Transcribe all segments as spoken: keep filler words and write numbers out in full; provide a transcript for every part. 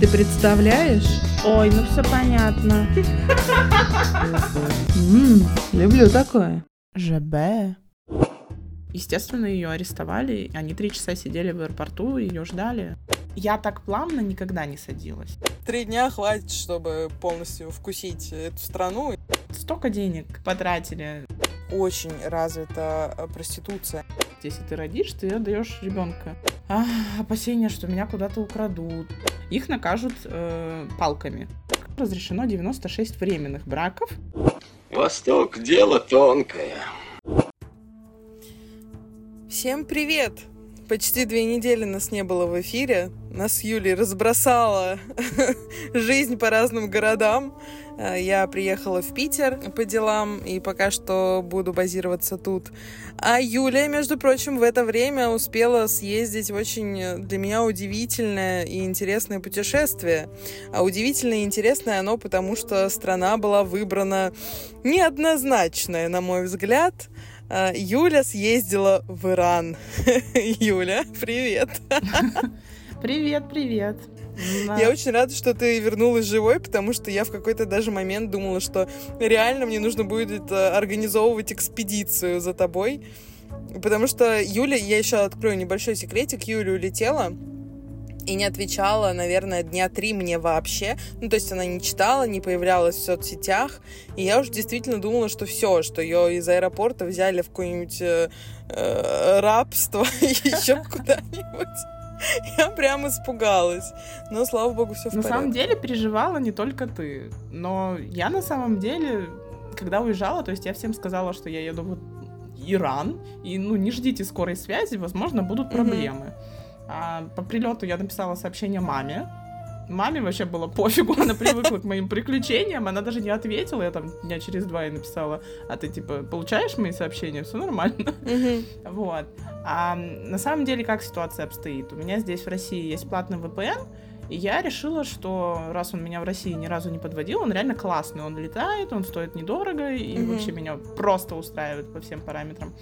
Ты представляешь? Ой, ну все понятно. М, Люблю такое. ЖБ. Естественно, ее арестовали. Они три часа сидели в аэропорту, ее ждали. Я так плавно никогда не садилась. Три дня хватит, чтобы полностью вкусить эту страну. Столько денег потратили. Очень развита проституция. Если ты родишь, ты отдаешь ребенка. А, опасения, что меня куда-то украдут. Их накажут э, палками. Разрешено девяносто шесть временных браков. Восток – дело тонкое. Всем привет! Почти две недели нас не было в эфире. Нас с Юлей разбросала жизнь по разным городам. Я приехала в Питер по делам и пока что буду базироваться тут. А Юля, между прочим, в это время успела съездить в очень для меня удивительное и интересное путешествие. А удивительное и интересное оно потому, что страна была выбрана неоднозначная, на мой взгляд. Юля съездила в Иран. Юля, привет. Привет, привет. Я очень рада, что ты вернулась живой, потому что я в какой-то даже момент думала, что реально мне нужно будет организовывать экспедицию за тобой. Потому что Юля, я еще открою небольшой секретик, Юля улетела и не отвечала, наверное, дня три мне вообще. Ну, то есть она не читала, не появлялась в соцсетях. И я уже действительно думала, что все, что ее из аэропорта взяли в какое-нибудь э, э, рабство еще куда-нибудь. Я прям испугалась. Но, слава богу, все в порядке. На самом деле переживала не только ты. Но я на самом деле, когда уезжала, то есть я всем сказала, что я еду в Иран. И, ну, не ждите скорой связи, возможно, будут проблемы. Mm-hmm. А по прилету я написала сообщение маме. Маме вообще было пофигу, она привыкла к моим приключениям, она даже не ответила, я там дня через два ей написала, а ты типа получаешь мои сообщения, все нормально. Mm-hmm. Вот. А на самом деле как ситуация обстоит? У меня здесь в России есть платный вэ пэ эн, и я решила, что раз он меня в России ни разу не подводил, он реально классный, он летает, он стоит недорого, и mm-hmm. вообще меня просто устраивает по всем параметрам.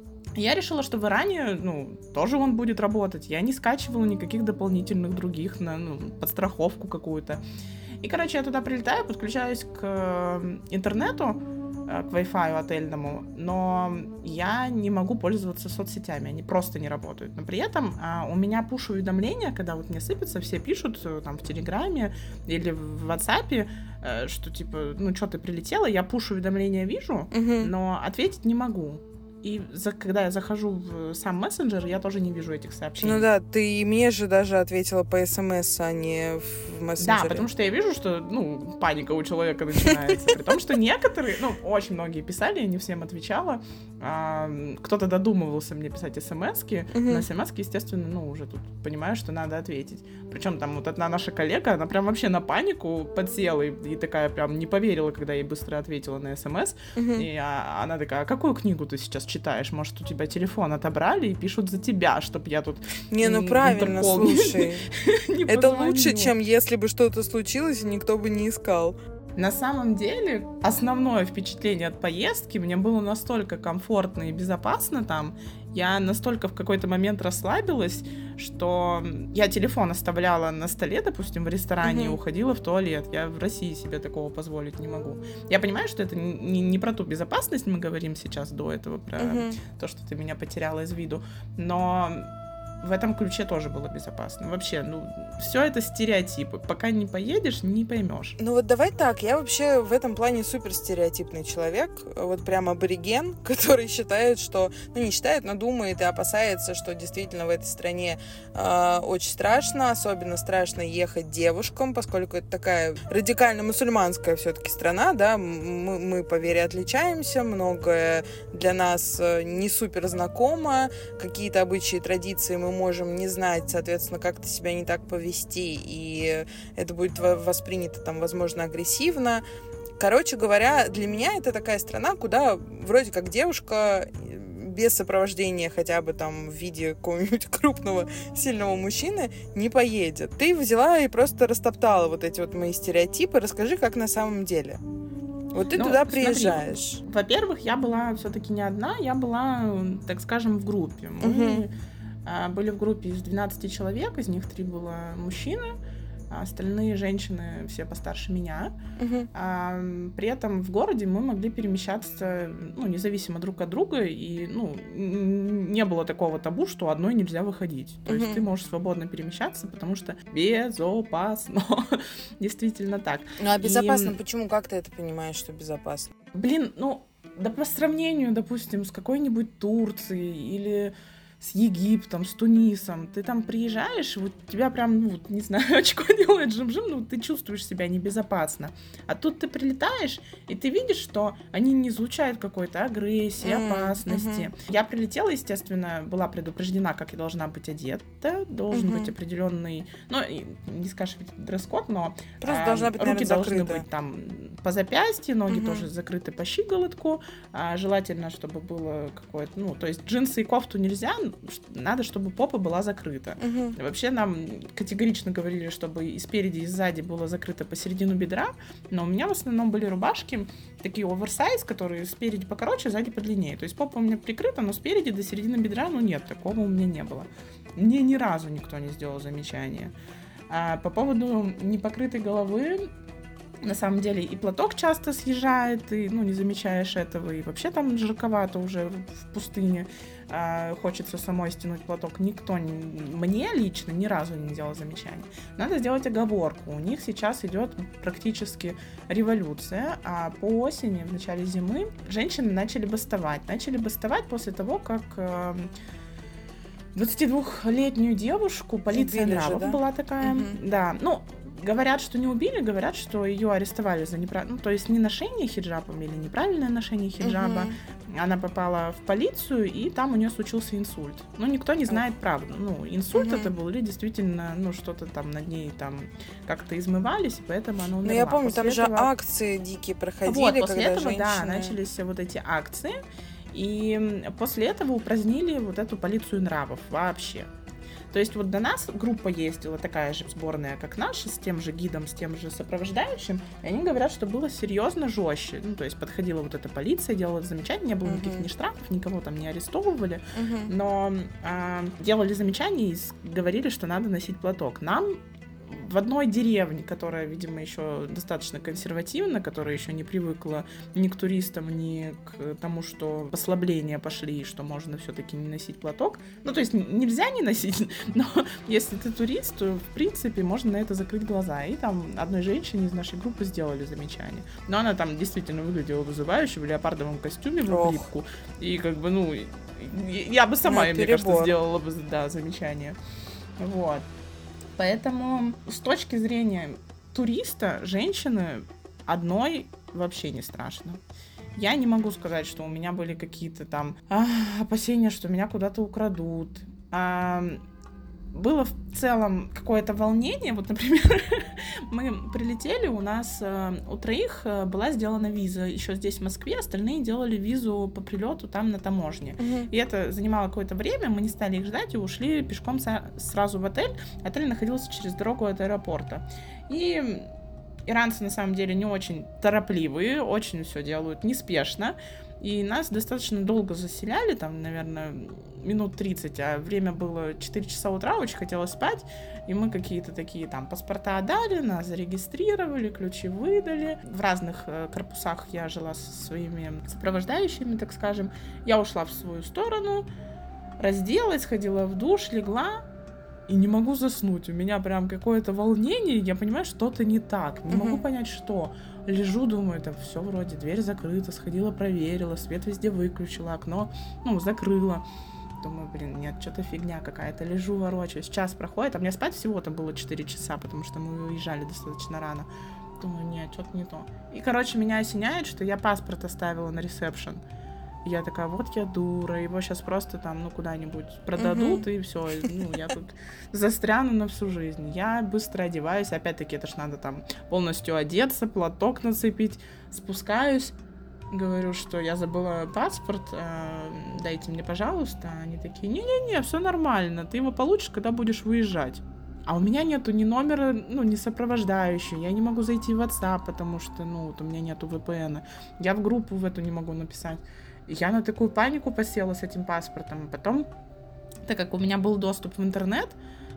Я решила, что в Иране, ну, тоже он будет работать. Я не скачивала никаких дополнительных других на ну, подстраховку какую-то. И, короче, я туда прилетаю, подключаюсь к интернету, к Wi-Fi отельному, но я не могу пользоваться соцсетями, они просто не работают. Но при этом а, у меня пуш-уведомления, когда вот мне сыпятся, все пишут там в Телеграме или в WhatsApp, что типа, ну, что ты прилетела, я пуш-уведомления вижу, uh-huh. но ответить не могу. И за, когда я захожу в сам мессенджер, я тоже не вижу этих сообщений. Ну да, ты мне же даже ответила по смс, а не в мессенджере. Да, потому что я вижу, что, ну, паника у человека начинается. При том, что некоторые, ну, очень многие писали, я не всем отвечала. А, кто-то додумывался мне писать смски. Угу. На смски, естественно, ну, уже тут понимаю, что надо ответить. Причем там вот одна наша коллега, она прям вообще на панику подсела и, и такая прям не поверила, когда я ей быстро ответила на смс. Угу. И а, она такая, а какую книгу ты сейчас читаешь? Может, у тебя телефон отобрали и пишут за тебя, чтобы я тут... Не, ну правильно, слушай. Это лучше, чем если бы что-то случилось, и никто бы не искал. На самом деле, основное впечатление от поездки, мне было настолько комфортно и безопасно там, я настолько в какой-то момент расслабилась, что я телефон оставляла на столе, допустим, в ресторане, uh-huh. и уходила в туалет. Я в России себе такого позволить не могу. Я понимаю, что это не, не про ту безопасность мы говорим сейчас до этого, про uh-huh. то, что ты меня потеряла из виду, но... в этом ключе тоже было безопасно. Вообще, ну, все это стереотипы. Пока не поедешь, не поймешь. Ну вот давай так, я вообще в этом плане супер стереотипный человек, вот прям абориген, который считает, что, ну не считает, но думает и опасается, что действительно в этой стране э, очень страшно, особенно страшно ехать девушкам, поскольку это такая радикально мусульманская все-таки страна, да, мы, мы по вере отличаемся, многое для нас не супер знакомо, какие-то обычаи и традиции мы можем не знать, соответственно, как-то себя не так повести, и это будет воспринято там, возможно, агрессивно. Короче говоря, для меня это такая страна, куда вроде как девушка без сопровождения хотя бы там в виде какого-нибудь крупного, сильного мужчины не поедет. Ты взяла и просто растоптала вот эти вот мои стереотипы. Расскажи, как на самом деле. Вот ты ну, туда приезжаешь. Смотри, во-первых, я была все-таки не одна, я была, так скажем, в группе. Мы угу. были в группе из двенадцати человек, из них три было мужчины. а остальные женщины все постарше меня. Мгм. А, при этом в городе мы могли перемещаться, ну, независимо друг от друга, и, ну, н- не было такого табу, что одной нельзя выходить. То есть Мгм. ты можешь свободно перемещаться, потому что безопасно. Действительно так. Ну, а безопасно И, почему? Как ты это понимаешь, что безопасно? блин, ну, да по сравнению, допустим, с какой-нибудь Турцией или с Египтом, с Тунисом, ты там приезжаешь, вот тебя прям, ну, вот, не знаю, очко делает жим-жим, ну, ты чувствуешь себя небезопасно. А тут ты прилетаешь, и ты видишь, что они не излучают какой-то агрессии, М, опасности. мгм. Я прилетела, естественно, была предупреждена, как я должна быть одета, должен Мгм. быть определенный, ну, и не скажешь дресс-код, но Просто а, должна быть, руки наверное, должны закрыта. быть там по запястью, ноги Мгм. тоже закрыты по щиколотку. А, желательно, чтобы было какое-то, ну, то есть джинсы и кофту нельзя, ш- надо, чтобы попа была закрыта. Мгм. Вообще нам категорично говорили, чтобы и спереди, и сзади было закрыто по середину бедра, но у меня в основном были рубашки такие оверсайз, которые спереди покороче, сзади подлиннее. То есть попа у меня прикрыта, но спереди до середины бедра, ну нет, такого у меня не было. Мне ни разу никто не сделал замечания. А по поводу непокрытой головы, на самом деле и платок часто съезжает, и, ну, не замечаешь этого, и вообще там жарковато уже в в пустыне, а, хочется самой стянуть платок. Никто, не, мне лично ни разу не делал замечаний. Надо сделать оговорку. У них сейчас идет практически революция, а по осени, в начале зимы, женщины начали бастовать. Начали бастовать после того, как э, двадцатидвухлетнюю девушку, полиция Убили же, нравов да? была такая, Мгм. да, ну, говорят, что не убили, говорят, что ее арестовали за неправильное, ну, то есть не ношение хиджаба или неправильное ношение хиджаба. Мгм. Она попала в полицию, и там у нее случился инсульт. Ну, никто не знает правду. Ну, инсульт Мгм. это был, или действительно, ну, что-то там над ней там как-то измывались, и поэтому она умерла. Ну, я помню, там После же этого- акции дикие проходили, вот, после когда этого, да, женщины... начались вот эти акции, и после этого упразднили вот эту полицию нравов вообще. То есть вот до нас группа ездила, такая же сборная, как наша, с тем же гидом, с тем же сопровождающим, и они говорят, что было серьезно жестче. Ну, то есть подходила вот эта полиция, делала замечания, не было никаких Мгм. ни штрафов, никого там не арестовывали, Мгм. но а, делали замечания и с- говорили, что надо носить платок. Нам в одной деревне, которая, видимо, еще достаточно консервативна, которая еще не привыкла ни к туристам, ни к тому, что послабления пошли, что можно все-таки не носить платок. Ну, то есть н- нельзя не носить, но если ты турист, то, в принципе, можно на это закрыть глаза. И там одной женщине из нашей группы сделали замечание. Но она там действительно выглядела вызывающе в леопардовом костюме в Ох. облипку. И как бы, ну, и- и- я бы сама, Ну, мне кажется, перебор. сделала бы, да, замечание. Вот. Поэтому с точки зрения туриста, женщины одной вообще не страшно. Я не могу сказать, что у меня были какие-то там а, опасения, что меня куда-то украдут. А, было в целом какое-то волнение. Вот, например, мы прилетели, у нас э, у троих э, была сделана виза еще здесь, в Москве, остальные делали визу по прилету там на таможне. Мгм. И это занимало какое-то время, мы не стали их ждать и ушли пешком со- сразу в отель. Отель находился через дорогу от аэропорта. И иранцы на самом деле не очень торопливые, очень все делают неспешно. И нас достаточно долго заселяли, там, наверное, минут тридцать, а время было четыре часа утра, очень хотелось спать. И мы какие-то такие там паспорта отдали, нас зарегистрировали, ключи выдали. В разных э, корпусах я жила со своими сопровождающими, так скажем. Я ушла в свою сторону, разделась, ходила в душ, легла и не могу заснуть. У меня прям какое-то волнение, я понимаю, что-то не так. Не могу Мгм. понять, что. Лежу, думаю, там все вроде, дверь закрыта, сходила, проверила, свет везде выключила, окно, ну, закрыла. Думаю, блин, нет, что-то фигня какая-то. Лежу, ворочаюсь. Час проходит, а мне спать всего-то было четыре часа, потому что мы уезжали достаточно рано. Думаю, нет, что-то не то. И, короче, меня осеняет, что я паспорт оставила на ресепшн. И я такая, вот я дура, его сейчас просто там, ну, куда-нибудь продадут, и все, ну, я тут застряну на всю жизнь. Я быстро одеваюсь, опять-таки, это ж надо там полностью одеться, платок нацепить, спускаюсь, говорю, что я забыла паспорт, э, дайте мне, пожалуйста. Они такие, не-не-не, все нормально, ты его получишь, когда будешь выезжать. А у меня нету ни номера, ну, ни сопровождающего, я не могу зайти в WhatsApp, потому что, ну, вот у меня нету ви пи эн, я в группу в эту не могу написать. И я на такую панику посела с этим паспортом. Потом, так как у меня был доступ в интернет,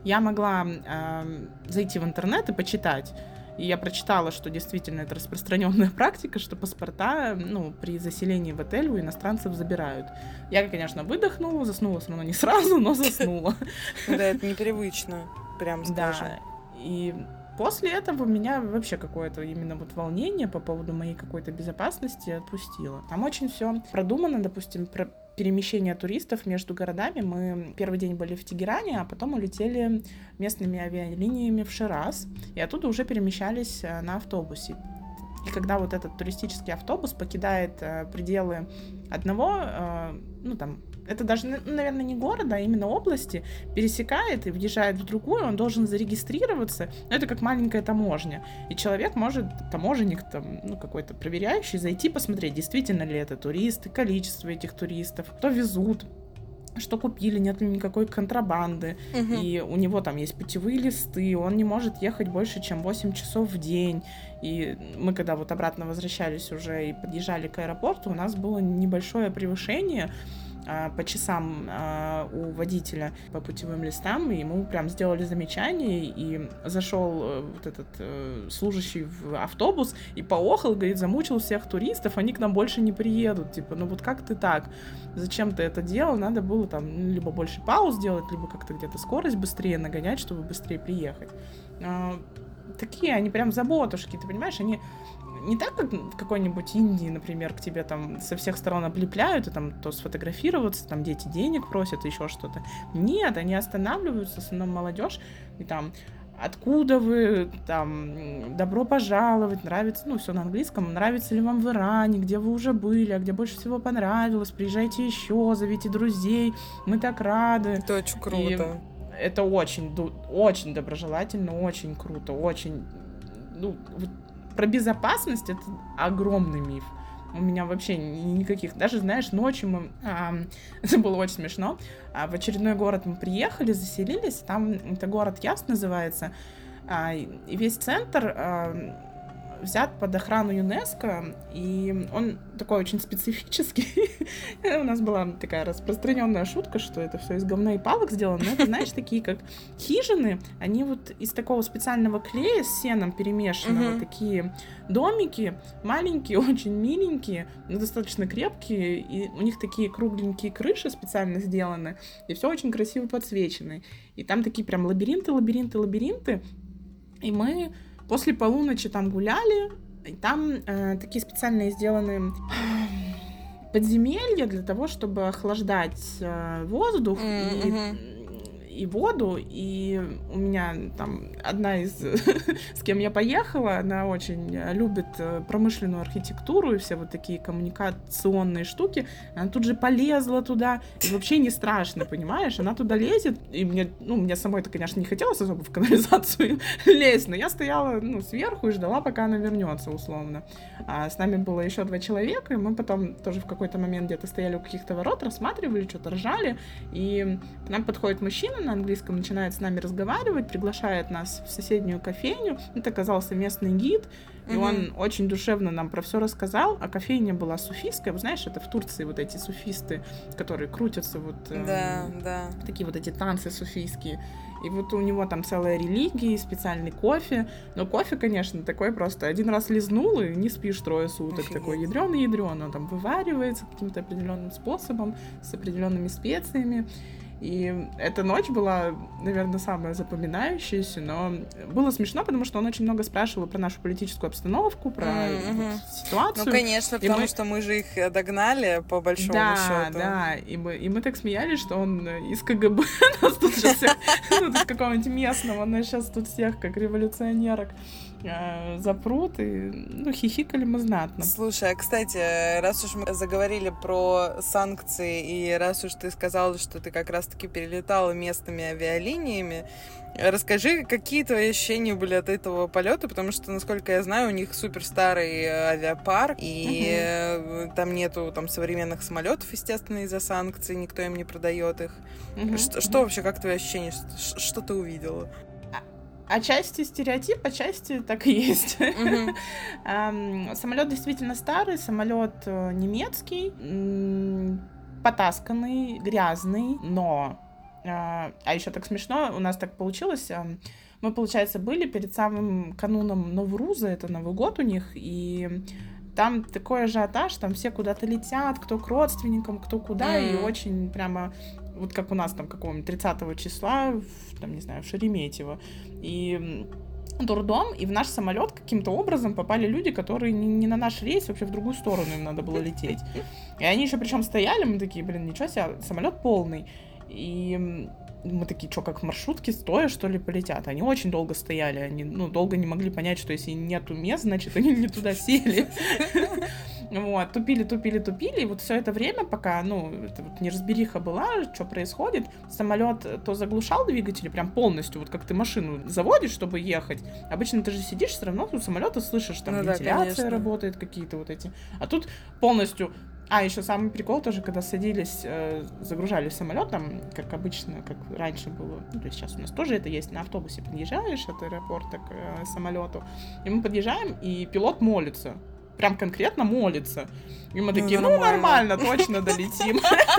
я могла э, зайти в интернет и почитать. И я прочитала, что действительно это распространенная практика, что паспорта, ну, при заселении в отель у иностранцев забирают. Я, конечно, выдохнула, заснула все равно не сразу, но заснула. Да, это непривычно, прям скажем. Да, и после этого меня вообще какое-то именно вот волнение по поводу моей какой-то безопасности отпустило. Там очень все продумано, допустим, про перемещение туристов между городами. Мы первый день были в Тегеране, а потом улетели местными авиалиниями в Шираз, и оттуда уже перемещались на автобусе. И когда вот этот туристический автобус покидает пределы одного, ну там, это даже, наверное, не города, а именно области, пересекает и въезжает в другую, он должен зарегистрироваться. Но это как маленькая таможня. И человек может, таможенник, там, ну, какой-то проверяющий, зайти посмотреть, действительно ли это туристы, количество этих туристов, кто везут, что купили, нет ли никакой контрабанды. Uh-huh. И у него там есть путевые листы, он не может ехать больше, чем восемь часов в день. И мы, когда вот обратно возвращались уже и подъезжали к аэропорту, у нас было небольшое превышение по часам э, у водителя по путевым листам, и ему прям сделали замечание, и зашел э, вот этот э, служащий в автобус и поохал, говорит, замучил всех туристов, они к нам больше не приедут, типа, ну вот как ты так? Зачем ты это делал? Надо было там либо больше пауз делать, либо как-то где-то скорость быстрее нагонять, чтобы быстрее приехать. Э, такие, они прям заботушки, ты понимаешь, они не так, как в какой-нибудь Индии, например, к тебе там со всех сторон облепляют, и там то сфотографироваться, там дети денег просят, еще что-то. Нет, они останавливаются, в основном молодежь, и там, откуда вы, там, добро пожаловать, нравится, ну, все на английском, нравится ли вам в Иране, где вы уже были, а где больше всего понравилось, приезжайте еще, зовите друзей, мы так рады. Это очень круто. И это очень, очень доброжелательно, очень круто, очень, ну, про безопасность это огромный миф. У меня вообще никаких... Даже, знаешь, ночью мы... А, это было очень смешно. А, в очередной город мы приехали, заселились. Там это город Яз называется. А, и весь центр а, взят под охрану ЮНЕСКО. И он такой очень специфический. У нас была такая распространенная шутка, что это все из говна и палок сделано. Но это, знаешь, такие как хижины. Они вот из такого специального клея с сеном перемешанного. Такие домики маленькие, очень миленькие, но достаточно крепкие, и у них такие кругленькие крыши специально сделаны, и все очень красиво подсвечено. И там такие прям лабиринты, лабиринты, лабиринты. И мы после полуночи там гуляли, и там э, такие специальные сделаны подземелья для того, чтобы охлаждать э, воздух mm-hmm. и и воду, и у меня там одна из, с кем я поехала, она очень любит промышленную архитектуру и все вот такие коммуникационные штуки, она тут же полезла туда, и вообще не страшно, понимаешь, она туда лезет, и мне, ну, мне самой-то, конечно, не хотелось особо в канализацию лезть, но я стояла, ну, сверху и ждала, пока она вернется, условно. А с нами было еще два человека, и мы потом тоже в какой-то момент где-то стояли у каких-то ворот, рассматривали, что-то ржали, и к нам подходит мужчина на английском, начинает с нами разговаривать, приглашает нас в соседнюю кофейню. Это оказался местный гид, и mm-hmm. он очень душевно нам про все рассказал. А кофейня была суфийская. Вы знаешь, это в Турции вот эти суфисты, которые крутятся вот... Да, э, да. Такие вот эти танцы суфийские. И вот у него там целая религия, специальный кофе. Но кофе, конечно, такой просто один раз лизнул, и не спишь трое суток. Офигеть. Такой ядрёный-ядрёный. Он там вываривается каким-то определенным способом, с определенными специями. И эта ночь была, наверное, самая запоминающаяся, но было смешно, потому что он очень много спрашивал про нашу политическую обстановку, про mm-hmm. вот, ситуацию. Ну, конечно, потому мы... что мы же их догнали, по большому да, счету. Да, да, и мы, и мы так смеялись, что он из КГБ нас тут сейчас всех, ну, из какого-нибудь местного, он нас сейчас тут всех, как революционерок, запрут, и, ну, хихикали мы знатно. Слушай, а, кстати, раз уж мы заговорили про санкции, и раз уж ты сказала, что ты как раз-таки перелетала местными авиалиниями, расскажи, какие твои ощущения были от этого полета, потому что, насколько я знаю, у них супер старый авиапарк, и uh-huh. там нету там современных самолетов, естественно, из-за санкций, никто им не продает их. Uh-huh. Что, uh-huh. что вообще, как твои ощущения, что, что ты увидела? Отчасти стереотип, отчасти так и есть. Uh-huh. um, самолет действительно старый, самолет немецкий, м- потасканный, грязный, но А, а еще так смешно, у нас так получилось. Мы, получается, были перед самым кануном Новруза, это Новый год у них, и там такой ажиотаж, там все куда-то летят, кто к родственникам, кто куда, mm-hmm. и очень прямо, вот как у нас там какого-нибудь тридцатого числа, в, там, не знаю, в Шереметьево, и дурдом, и в наш самолет каким-то образом попали люди, которые не, не на наш рейс, вообще в другую сторону им надо было лететь. И они еще причем стояли, мы такие, блин, ничего себе, самолет полный. И мы такие, что, как в маршрутке стоя, что ли, полетят? Они очень долго стояли, они, ну, долго не могли понять, что если нету мест, значит, они не туда сели. Вот, тупили, тупили, тупили, и вот все это время, пока, ну, это вот неразбериха была, что происходит, самолет то заглушал двигатели прям полностью, вот как ты машину заводишь, чтобы ехать. Обычно ты же сидишь, все равно у самолета слышишь, там, ну, вентиляция да, работает, какие-то вот эти. А тут полностью... А, еще самый прикол тоже, когда садились, э, загружали самолет, там, как обычно, как раньше было, ну, то есть сейчас у нас тоже это есть, на автобусе подъезжаешь от аэропорта к э, самолету, и мы подъезжаем, и пилот молится, прям конкретно молится. И мы такие, ну, ну нормально, точно долетим.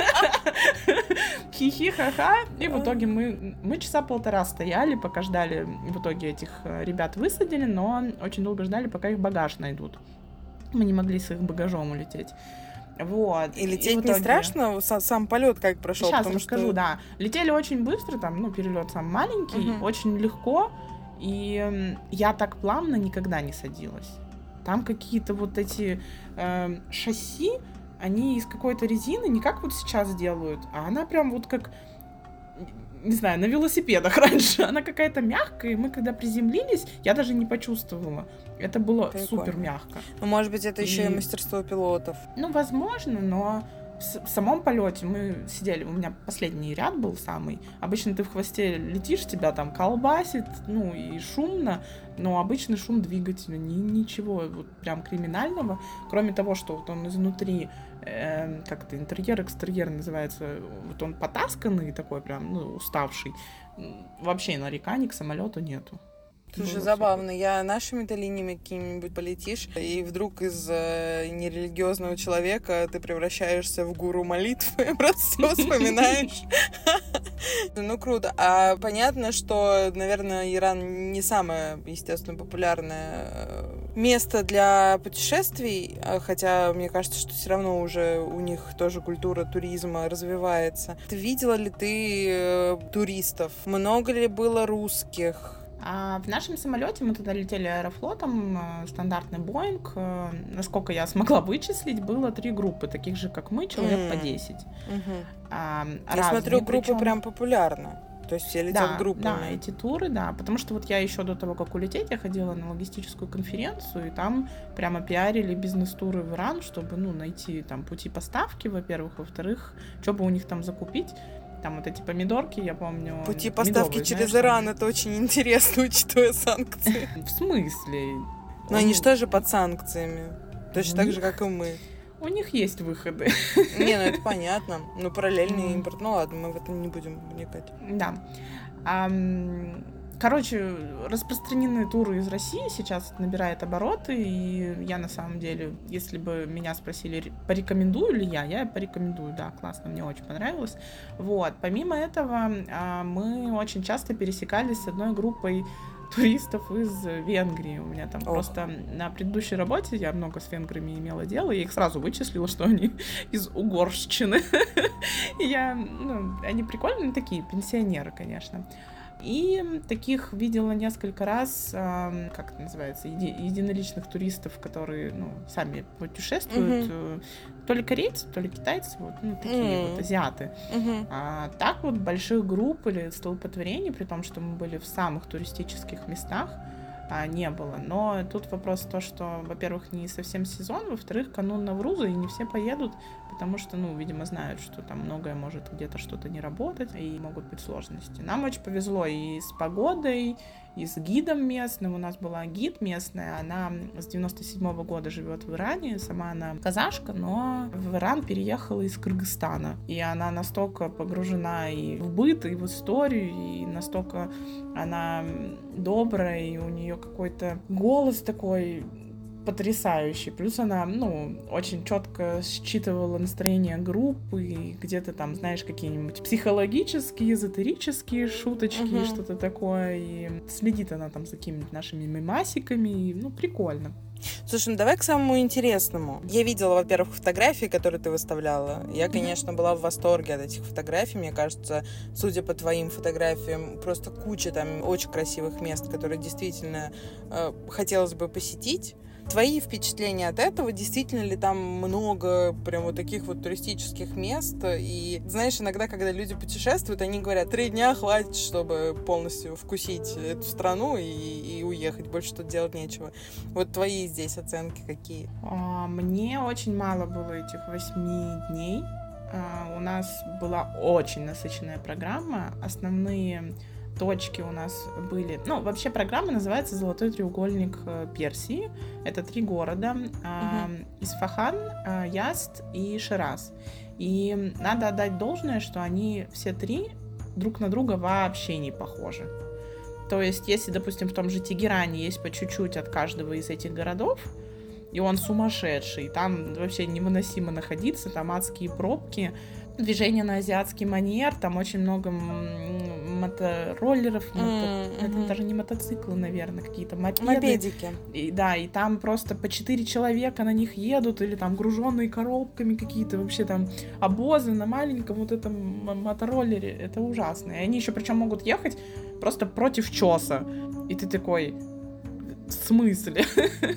Хихи, ха-ха. И в итоге мы, мы часа полтора стояли, пока ждали, в итоге этих ребят высадили, но очень долго ждали, пока их багаж найдут. Мы не могли с их багажом улететь. Вот. И лететь и итоге... не страшно? Сам, сам полет как прошел? Сейчас расскажу, что... да. Летели очень быстро, там, ну, перелет сам маленький, uh-huh. очень легко, и я так плавно никогда не садилась. Там какие-то вот эти э, шасси, они из какой-то резины, не как вот сейчас делают, а она прям вот как, не знаю, на велосипедах раньше. Она какая-то мягкая, и мы когда приземлились, я даже не почувствовала. Это было Прикольно. Супер мягко. Ну, может быть, это и... еще и мастерство пилотов. Ну, возможно, но в самом полете мы сидели, у меня последний ряд был самый. Обычно ты в хвосте летишь, тебя там колбасит, ну, и шумно, но обычный шум двигателя, ни, ничего вот прям криминального, кроме того, что вот он изнутри, э, как-то интерьер, экстерьер называется, вот он потасканный такой прям, ну, уставший. Вообще нареканий к самолету нету. Слушай, забавно. Я нашими-то линиями какими-нибудь полетишь, и вдруг из э, нерелигиозного человека ты превращаешься в гуру молитвы, просто все вспоминаешь. Ну, круто. А понятно, что, наверное, Иран не самое, естественно, популярное место для путешествий, хотя мне кажется, что все равно уже у них тоже культура туризма развивается. Ты видела ли ты туристов? Много ли было русских? А в нашем самолете мы туда летели аэрофлотом, стандартный Боинг. Насколько я смогла вычислить, было три группы, таких же, как мы, человек mm. по десять. Mm-hmm. А, я смотрю, группы причем... прям популярны. То есть все летят да, группами. Да, эти туры, да. Потому что вот я еще до того, как улететь, я ходила на логистическую конференцию, и там прямо пиарили бизнес-туры в Иран, чтобы, ну, найти там пути поставки, во-первых, во-вторых, что бы у них там закупить. Там вот эти помидорки, я помню... Пути поставки медовые, через знаешь, Иран, это очень интересно, учитывая санкции. В смысле? Но они же тоже под санкциями. Точно так же, как и мы. У них есть выходы. Не, ну это понятно. Ну, параллельный импорт. Ну ладно, мы в это не будем вникать. Да. Короче, распространенные туры из России сейчас набирают обороты, и я на самом деле, если бы меня спросили, порекомендую ли я, я порекомендую, да, классно, мне очень понравилось. Вот, помимо этого, мы очень часто пересекались с одной группой туристов из Венгрии. У меня там Ох. просто на предыдущей работе я много с венграми имела дело, и я их сразу вычислила, что они из Угорщины. Я, ну, они прикольные, такие пенсионеры, конечно. И таких видела несколько раз, э, как это называется, еди- единоличных туристов, которые, ну, сами путешествуют, mm-hmm. то ли корейцы, то ли китайцы, вот, ну, такие mm-hmm. вот азиаты. Mm-hmm. А так вот больших групп или столпотворений, при том, что мы были в самых туристических местах, а, не было. Но тут вопрос в том, что, во-первых, не совсем сезон, во-вторых, канун Навруза, и не все поедут, потому что, ну, видимо, знают, что там многое может где-то что-то не работать, и могут быть сложности. Нам очень повезло и с погодой, и с гидом местным. У нас была гид местная, она с девяносто седьмого года живет в Иране, сама она казашка, но в Иран переехала из Кыргызстана. И она настолько погружена и в быт, и в историю, и настолько она добрая, и у нее какой-то голос такой потрясающий. Плюс она, ну, очень четко считывала настроение группы, и где-то там, знаешь, какие-нибудь психологические, эзотерические шуточки, uh-huh. что-то такое. И следит она там за какими-нибудь нашими мемасиками. И, ну, прикольно. Слушай, ну давай к самому интересному. Я видела, во-первых, фотографии, которые ты выставляла. Я, конечно, была в восторге от этих фотографий. Мне кажется, судя по твоим фотографиям, просто куча там очень красивых мест, которые действительно э, хотелось бы посетить. Твои впечатления от этого? Действительно ли там много прям вот таких вот туристических мест? И знаешь, иногда, когда люди путешествуют, они говорят, три дня хватит, чтобы полностью вкусить эту страну и, и уехать, больше тут делать нечего. Вот твои здесь оценки какие? А, мне очень мало было этих восьми дней. А, у нас была очень насыщенная программа. Основные точки у нас были... Ну, вообще программа называется «Золотой треугольник Персии». Это три города. Uh-huh. Исфахан, Язд и Шираз. И надо отдать должное, что они все три друг на друга вообще не похожи. То есть, если, допустим, в том же Тегеране есть по чуть-чуть от каждого из этих городов, и он сумасшедший, там вообще невыносимо находиться, там адские пробки, движение на азиатский манер, там очень много мотороллеров, мото... mm-hmm. это даже не мотоциклы, наверное, какие-то мопеды. Мопедики. И, да, и там просто по четыре человека на них едут, или там груженные коробками какие-то, вообще там обозы на маленьком вот этом мотороллере, это ужасно. И они еще причем могут ехать просто против чёса. И ты такой, в смысле?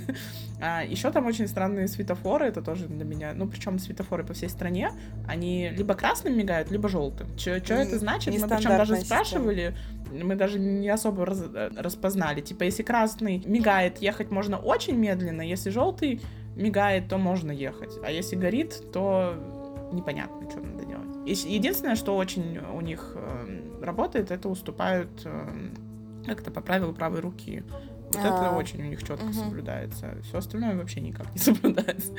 А еще там очень странные светофоры, это тоже для меня, ну, причем светофоры по всей стране, они либо красным мигают, либо желтым. Что это значит? Мы причем даже спрашивали, мы даже не особо раз, распознали. Типа, если красный мигает, ехать можно очень медленно, если желтый мигает, то можно ехать, а если горит, то непонятно, что надо делать. Единственное, что очень у них работает, это уступают как-то по правилу правой руки. Вот А-а-а. Это очень у них четко угу. соблюдается. Все остальное вообще никак не соблюдается.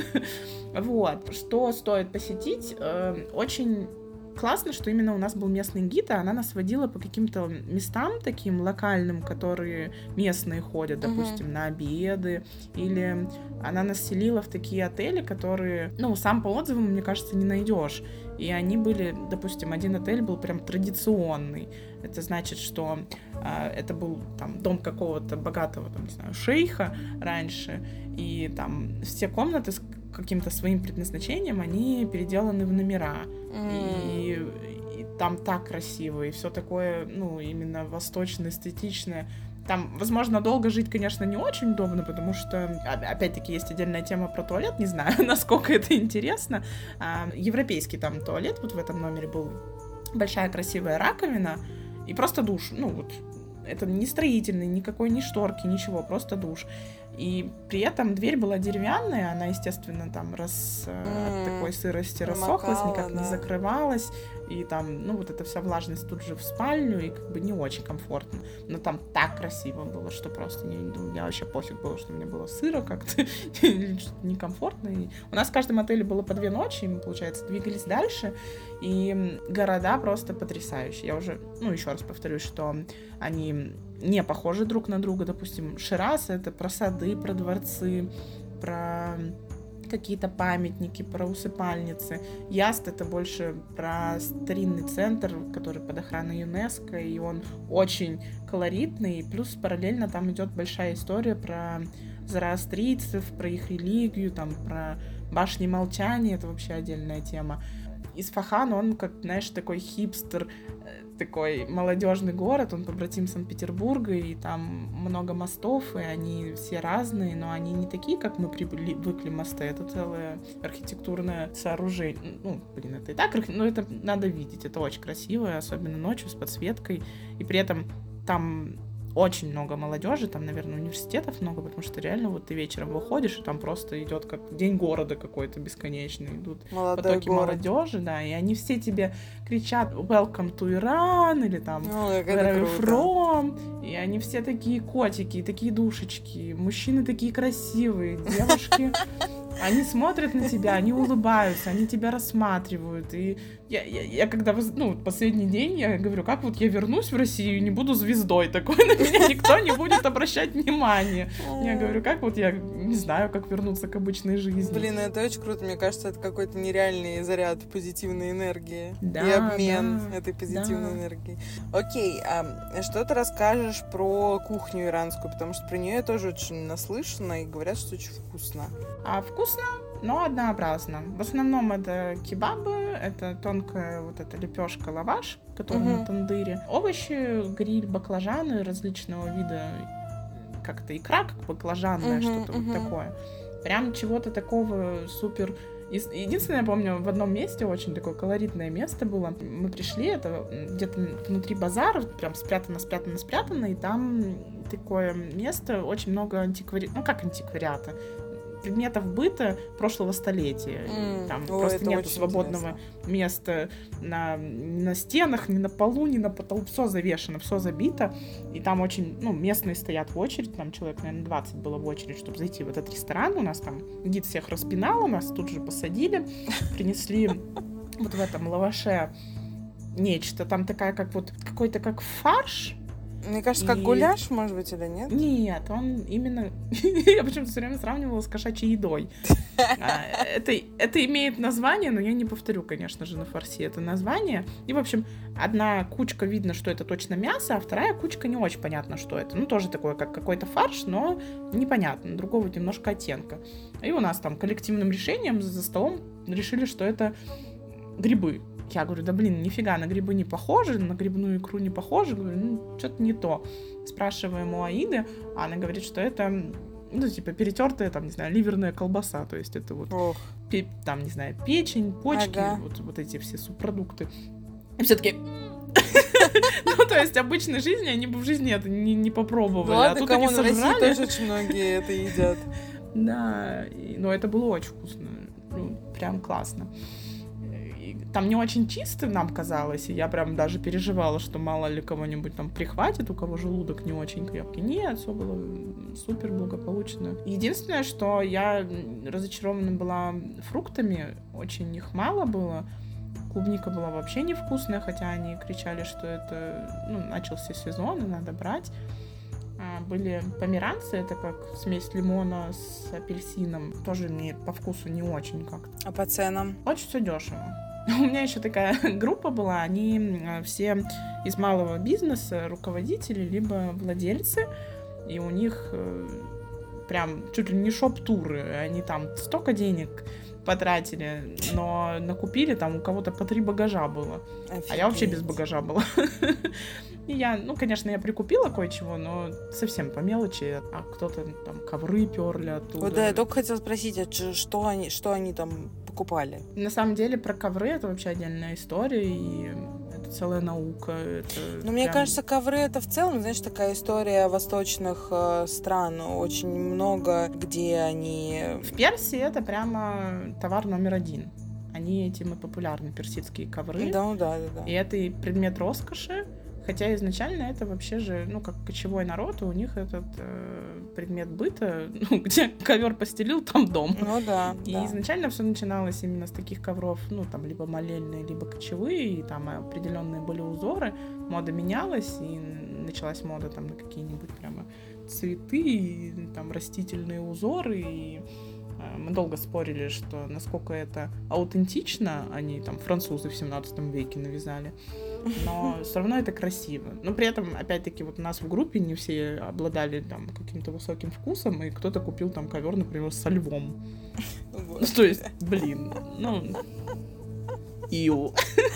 Вот. Что стоит посетить? Очень классно, что именно у нас был местный гид, а она нас водила по каким-то местам таким локальным, которые местные ходят, допустим, uh-huh. на обеды, или она нас селила в такие отели, которые, ну, сам по отзывам, мне кажется, не найдешь. И они были, допустим, один отель был прям традиционный. Это значит, что э, это был там дом какого-то богатого, там, не знаю, шейха раньше, и там все комнаты с каким-то своим предназначением, они переделаны в номера. Mm. И, и там так красиво, и все такое, ну, именно восточно-эстетичное. Там, возможно, долго жить, конечно, не очень удобно, потому что, опять-таки, есть отдельная тема про туалет, не знаю, насколько это интересно. А, европейский там туалет, вот в этом номере был большая красивая раковина и просто душ, ну, вот, это не строительный, никакой ни шторки, ничего, просто душ. И при этом дверь была деревянная, она, естественно, там рас... mm, от такой сырости рассохлась, никак да. не закрывалась, и там, ну, вот эта вся влажность тут же в спальню, и как бы не очень комфортно. Но там так красиво было, что просто не, у меня вообще пофиг было, что мне было сыро как-то, некомфортно. И у нас в каждом отеле было по две ночи, и мы, получается, двигались дальше, и города просто потрясающие. Я уже, ну, еще раз повторюсь, что они не похожи друг на друга. Допустим, Шираз — это про сады, про дворцы, про какие-то памятники, про усыпальницы. Язд — это больше про старинный центр, который под охраной ЮНЕСКО, и он очень колоритный, плюс параллельно там идет большая история про зороастрийцев, про их религию, там, про башни молчания, это вообще отдельная тема. Исфахан, он, как, знаешь, такой хипстер, такой молодежный город, он побратим Санкт-Петербурга, и там много мостов, и они все разные, но они не такие, как мы привыкли мосты, это целое архитектурное сооружение. Ну, блин, это и так, но это надо видеть, это очень красиво, особенно ночью с подсветкой, и при этом там очень много молодежи, там, наверное, университетов много, потому что реально вот ты вечером выходишь, и там просто идет как день города какой-то бесконечный, идут Молодой потоки город. молодежи, да, и они все тебе кричат «Welcome to Iran» или там «Where are you from?» И они все такие котики, такие душечки, мужчины такие красивые, девушки... Они смотрят на тебя, они улыбаются, они тебя рассматривают. И я, я, я когда, ну, последний день, я говорю, как вот я вернусь в Россию и не буду звездой такой, на меня никто не будет обращать внимания. Я говорю, как вот я не знаю, как вернуться к обычной жизни. Блин, это очень круто. Мне кажется, это какой-то нереальный заряд позитивной энергии. Да, и обмен да, этой позитивной да. энергией. Окей, а что ты расскажешь про кухню иранскую? Потому что про нее я тоже очень наслышана, и говорят, что очень вкусно. А вкусно, но однообразно. В основном это кебабы, это тонкая вот эта лепешка лаваш, которая Мгм. на тандыре. Овощи, гриль, баклажаны различного вида, как-то икра, как баклажанная, Мгм, что-то вот мгм. такое. Прям чего-то такого супер. И- Единственное, я помню, в одном месте очень такое колоритное место было. Мы пришли, это где-то внутри базара, прям спрятано, спрятано, спрятано, и там такое место, очень много антиквариата, ну как антиквариата, предметов быта прошлого столетия. М, Там ой, просто это нет очень свободного интересно. места на, ни на стенах, ни на полу, ни на потолке. Все завешено, все забито. И там очень, ну, местные стоят в очередь. Там человек, наверное, двадцать было в очередь, чтобы зайти в этот ресторан. У нас там гид всех распинал, нас тут же посадили, принесли вот в этом лаваше нечто. Там такая, как вот, какой-то как фарш. Мне кажется, как И- гуляш, может быть, или нет? Нет, он именно... Я почему-то все время сравнивала с кошачьей едой. А, Это, это имеет название, но я не повторю, конечно же, на фарси это название. И, в общем, одна кучка видно, что это точно мясо, а вторая кучка не очень понятно, что это. Ну, тоже такое, как какой-то фарш, но непонятно, другого немножко оттенка. И у нас там коллективным решением за столом решили, что это грибы. Я говорю, да блин, нифига, на грибы не похоже, на грибную икру не похоже. Говорю, ну, что-то не то. Спрашиваем у Аиды, а она говорит, что это, ну, типа, перетертая, там, не знаю, ливерная колбаса. То есть это вот, Ох. пе- там, не знаю, печень, почки, Ага. вот, вот эти все субпродукты. И все-таки... Ну, то есть, обычной жизни они бы в жизни это не, не попробовали. Ну а ладно, тут они кому на России сожрали. тоже очень многие это едят. Да, и- но это было очень вкусно. Ну, прям классно. И там не очень чисто нам казалось, и я прям даже переживала, что мало ли кого-нибудь там прихватит, у кого желудок не очень крепкий. Нет, все было супер благополучно. Единственное, что я разочарована была фруктами, очень их мало было. Клубника была вообще невкусная, хотя они кричали, что это, ну, начался сезон, и надо брать. А, были померанцы, это как смесь лимона с апельсином. Тоже мне по вкусу не очень как-то. А по ценам? Очень все дешево. У меня еще такая группа была, они э, все из малого бизнеса, руководители, либо владельцы, и у них э, прям чуть ли не шоп-туры, они там столько денег потратили, но накупили там у кого-то по три багажа было, а я вообще без Офигеть. багажа была. И я, ну, конечно, я прикупила кое-чего, но совсем по мелочи, а кто-то там ковры перли оттуда. Вот да, я только хотела спросить, а ч- что они, что они там покупали? На самом деле про ковры это вообще отдельная история, и это целая наука. Это Ну, мне прям- кажется, ковры это в целом, знаешь, такая история восточных э, стран. Очень много, где они... В Персии это прямо товар номер один. Они этим и популярны, персидские ковры. Да, ну да, да, да. И это и предмет роскоши. Хотя изначально это вообще же, ну, как кочевой народ, и у них этот э, предмет быта, ну, где ковер постелил, там дом. Ну да, И да. изначально все начиналось именно с таких ковров, ну, там, либо молельные, либо кочевые, и там определенные были узоры, мода менялась, и началась мода там на какие-нибудь прямо цветы, и там растительные узоры, и э, мы долго спорили, что насколько это аутентично, они там французы в семнадцатом веке навязали, но все равно это красиво. Но при этом, опять-таки, вот у нас в группе не все обладали там каким-то высоким вкусом, и кто-то купил там ковер, например, со львом. Ну, то есть, блин, ну... Ию.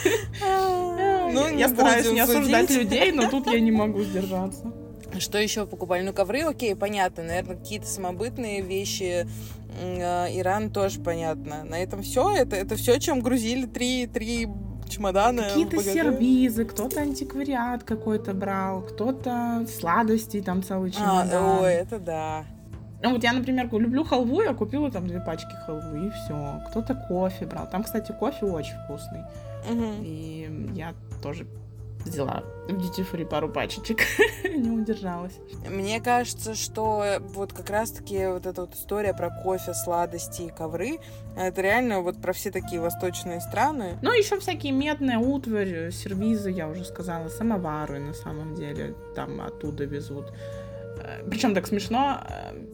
Ну, не Я стараюсь будем не осуждать судить. людей, но тут я не могу сдержаться. Что еще покупали? Ну, ковры, окей, понятно. Наверное, какие-то самобытные вещи. Э, Иран тоже понятно. На этом все. Это, это все, чем грузили три, три чемодана. в Какие-то багаже. сервизы, кто-то антиквариат какой-то брал, кто-то сладости, там целый А, чемодан. ой, это да. Ну вот я, например, люблю халву, я купила там две пачки халвы, и все. Кто-то кофе брал. Там, кстати, кофе очень вкусный. Мгм. И я тоже взяла в Duty Free пару пачечек, не удержалась. Мне кажется, что вот как раз-таки вот эта вот история про кофе, сладости и ковры, это реально вот про все такие восточные страны. Ну, еще всякие медные утварь, сервизы, я уже сказала, самовары на самом деле там оттуда везут. Причем так смешно,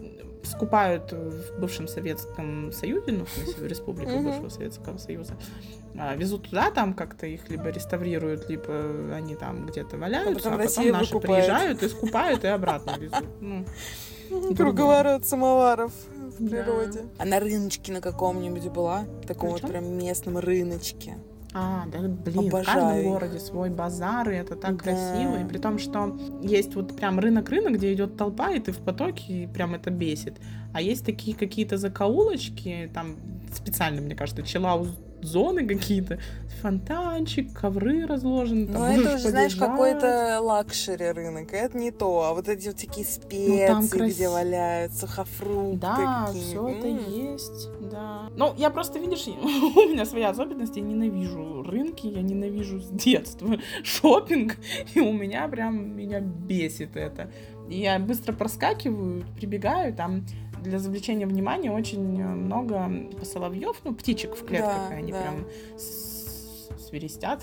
скупают в бывшем Советском Союзе, ну, в смысле, в республике бывшего Советского Союза, везут туда, там как-то их либо реставрируют, либо они там где-то валяются, а потом, а потом наши выкупает. Приезжают и скупают, и обратно везут. Ну, круговорот самоваров в да. природе. А на рыночке на каком-нибудь была? Таком вот прям местном рыночке. А, да, блин, Обожаю в каждом их. городе свой базар, и это так Да. красиво. И при том, что есть вот прям рынок-рынок, где идет толпа, и ты в потоке, и прям это бесит. А есть такие какие-то закоулочки, там специально, мне кажется, чиллаут-зоны какие-то, фонтанчик, ковры разложены. Ну, это уже, знаешь, какой-то лакшери рынок, это не то. А вот эти вот такие специи, ну, крас... где валяются, сухофрукты. Да, какие. все М-м. это есть, да. Ну, я просто, видишь, у меня своя особенность, я ненавижу рынки, я ненавижу с детства шопинг, и у меня прям, меня бесит это. И я быстро проскакиваю, прибегаю, там для завлечения внимания очень много типа соловьев, ну, птичек в клетках, Да, и они да. прям свиристят.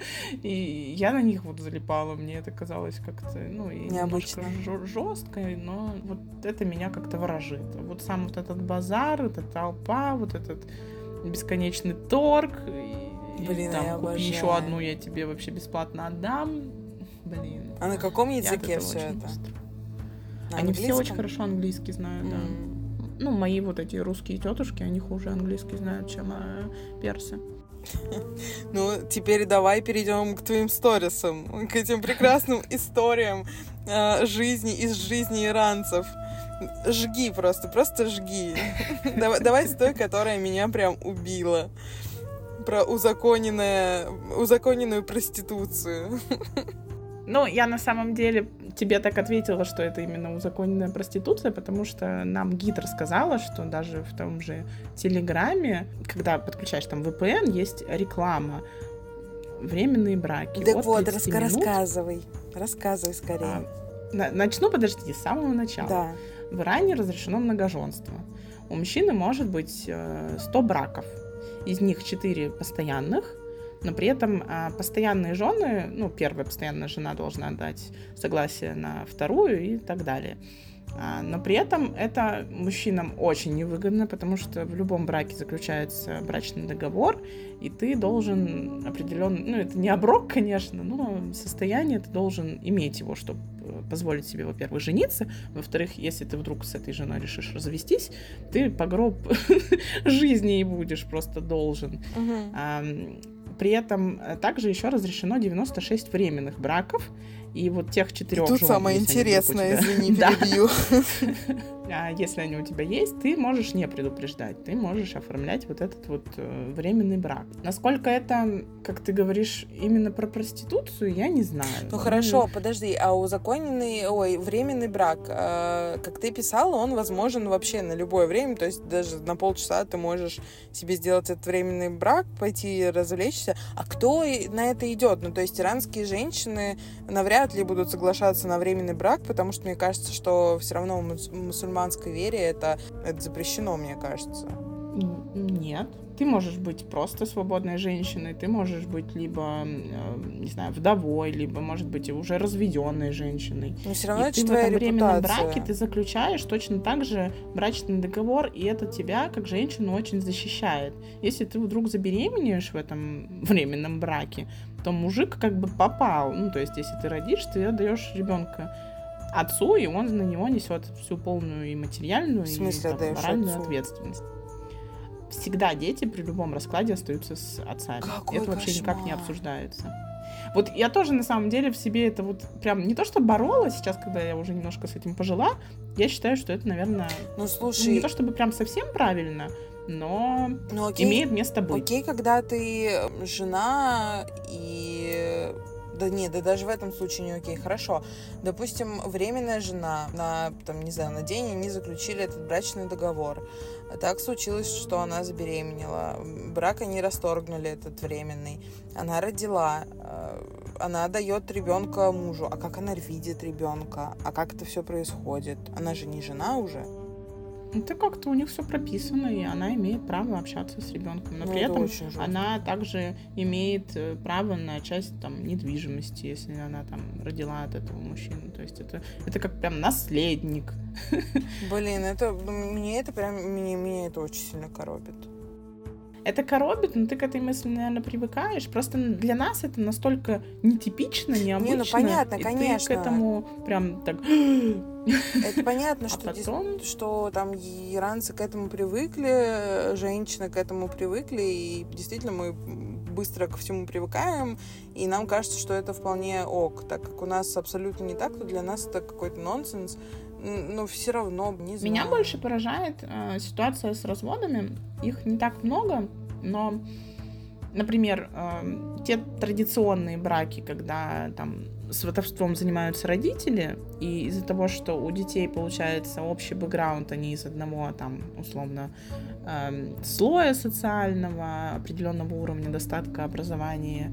И я на них вот залипала, мне это казалось как-то, ну, и необычно, немножко жестко, но вот это меня как-то ворожит. Вот сам вот этот базар, эта толпа, вот этот бесконечный торг, и, Блин, и там я купи обожаю. еще одну, я тебе вообще бесплатно отдам. Блин. А на каком Я от языке этого все очень это? быстро. На Они все английском? очень хорошо английский знают, М. да. Ну, мои вот эти русские тетушки, они хуже английский знают, чем э, персы. Ну, теперь давай перейдем к твоим сторисам, к этим прекрасным историям э, жизни из жизни иранцев. Жги просто, просто жги. Давай, давай с той, которая меня прям убила. Про узаконенное, узаконенную проституцию. Ну, я на самом деле тебе так ответила, что это именно узаконенная проституция, потому что нам гид рассказала, что даже в том же Телеграме, когда подключаешь там ви пи эн, есть реклама временные браки. Так От вот, тридцати раска- минут. рассказывай. Рассказывай скорее. А, на- начну, подожди, с самого начала. Да. В Иране разрешено многоженство. У мужчины может быть э, сто браков. Из них четыре постоянных, но при этом а, постоянные жены, ну, первая постоянная жена должна дать согласие на вторую и так далее. А, но при этом это мужчинам очень невыгодно, потому что в любом браке заключается брачный договор, и ты должен определенно, ну, это не оброк, конечно, но состояние ты должен иметь его, чтобы позволить себе, во-первых, жениться, во-вторых, если ты вдруг с этой женой решишь развестись, ты по гроб жизни и будешь просто должен. Угу. А, при этом также еще разрешено девяносто шесть временных браков, и вот тех четырех Тут жен, самое если они вдруг у интересное, тебя- извини, Да. перебью. А если они у тебя есть, ты можешь не предупреждать, ты можешь оформлять вот этот вот э, временный брак. Насколько это, как ты говоришь, именно про проституцию, я не знаю. Ну хорошо, подожди, а узаконенный, ой, временный брак, э, как ты писала, он возможен вообще на любое время, то есть даже на полчаса ты можешь себе сделать этот временный брак, пойти развлечься. А кто и на это идет? Ну то есть иранские женщины навряд ли будут соглашаться на временный брак, потому что мне кажется, что все равно в мус- мусульманской вере это, это запрещено, мне кажется. Нет. Ты можешь быть просто свободной женщиной, ты можешь быть либо, э, не знаю, вдовой, либо, может быть, уже разведенной женщиной. Но все равно И это ты же в твоя этом временном репутация. браке ты заключаешь точно так же брачный договор, и это тебя, как женщину, очень защищает. Если ты вдруг забеременеешь в этом временном браке, то мужик как бы попал. Ну, то есть, если ты родишь, ты отдаешь ребенка отцу, и он на него несет всю полную и материальную, В смысле и там, отдаешь моральную отцу? ответственность. Всегда дети при любом раскладе остаются с отцами. Какой это вообще никак не кошмар. обсуждается. Вот я тоже, на самом деле, в себе это вот прям не то, что боролась, сейчас, когда я уже немножко с этим пожила, я считаю, что это, наверное, Ну ну, слушай, не то чтобы прям совсем правильно, но ну окей, имеет место быть. окей, когда ты жена и... Да нет, да даже в этом случае не окей. Хорошо. Допустим, временная жена, на, там, не знаю, на день они заключили этот брачный договор. А так случилось, что она забеременела. Брак они расторгнули этот временный. Она родила. э, Она дает ребенка мужу. А как она видит ребенка? А как это все происходит? Она же не жена уже. Это как-то у них все прописано, и она имеет право общаться с ребенком. Но Ну, при это этом очень жестко. она также имеет э, право на часть там недвижимости, если она там родила от этого мужчины. То есть это, это как прям наследник. Блин, это мне это прям меня, меня это очень сильно коробит. Это коробит, но ты к этой мысли, наверное, привыкаешь. Просто для нас это настолько нетипично, необычно. Не, ну понятно, и конечно. ты к этому прям так... Это понятно, А что, потом- дес- что там иранцы к этому привыкли, женщины к этому привыкли, и действительно мы быстро ко всему привыкаем, и нам кажется, что это вполне ок. Так как у нас абсолютно не так, то для нас это какой-то нонсенс. Н- Но все равно, не знаю. Меня больше поражает э, ситуация с разводами. Их не так много, но, например, э, те традиционные браки, когда там сватовством занимаются родители, и из-за того, что у детей получается общий бэкграунд, они из одного там условно э, слоя социального, определенного уровня достатка образования.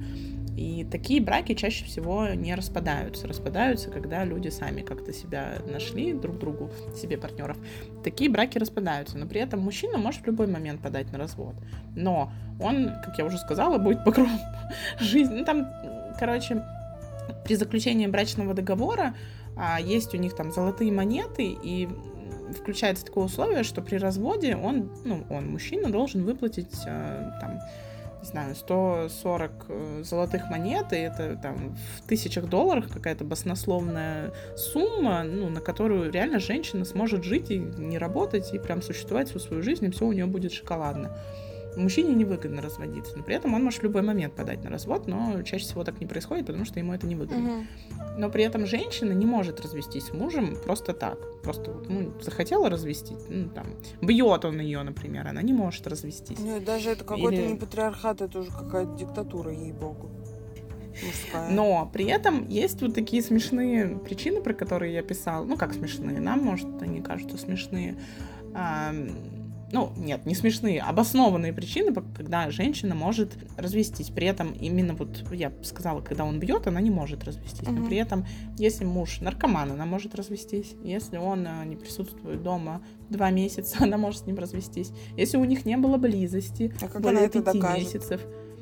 И такие браки чаще всего не распадаются. Распадаются, когда люди сами как-то себя нашли, друг другу, себе партнеров. Такие браки распадаются. Но при этом мужчина может в любой момент подать на развод. Но он, как я уже сказала, будет покровом жизни. Ну, там, короче, при заключении брачного договора а, есть у них там золотые монеты, и включается такое условие, что при разводе он, ну, он, мужчина, должен выплатить а, там, не знаю, сто сорок золотых монет, и это там в тысячах долларов какая-то баснословная сумма, ну, на которую реально женщина сможет жить и не работать, и прям существовать всю свою жизнь, и все у нее будет шоколадно. Мужчине невыгодно разводиться, но при этом он может в любой момент подать на развод, но чаще всего так не происходит, потому что ему это невыгодно. Мгм. Но при этом женщина не может развестись с мужем просто так. Просто вот, ну, захотела развестись, ну, там, бьет он ее, например, она не может развестись. Ну, даже это какой-то Или- не патриархат, это уже какая-то диктатура, ей-богу. Мужская. Но при этом есть вот такие смешные причины, про которые я писала. Ну, как смешные? Нам, может, они кажутся смешные. А, ну, нет, не смешные, обоснованные причины, по- когда женщина может развестись. При этом именно вот, я сказала, когда он бьет, она не может развестись. Но Мгм. при этом, если муж наркоман, она может развестись. Если он а, не присутствует дома два месяца, она может с ним развестись. Если у них не было близости А как более она это пяти докажет? месяцев.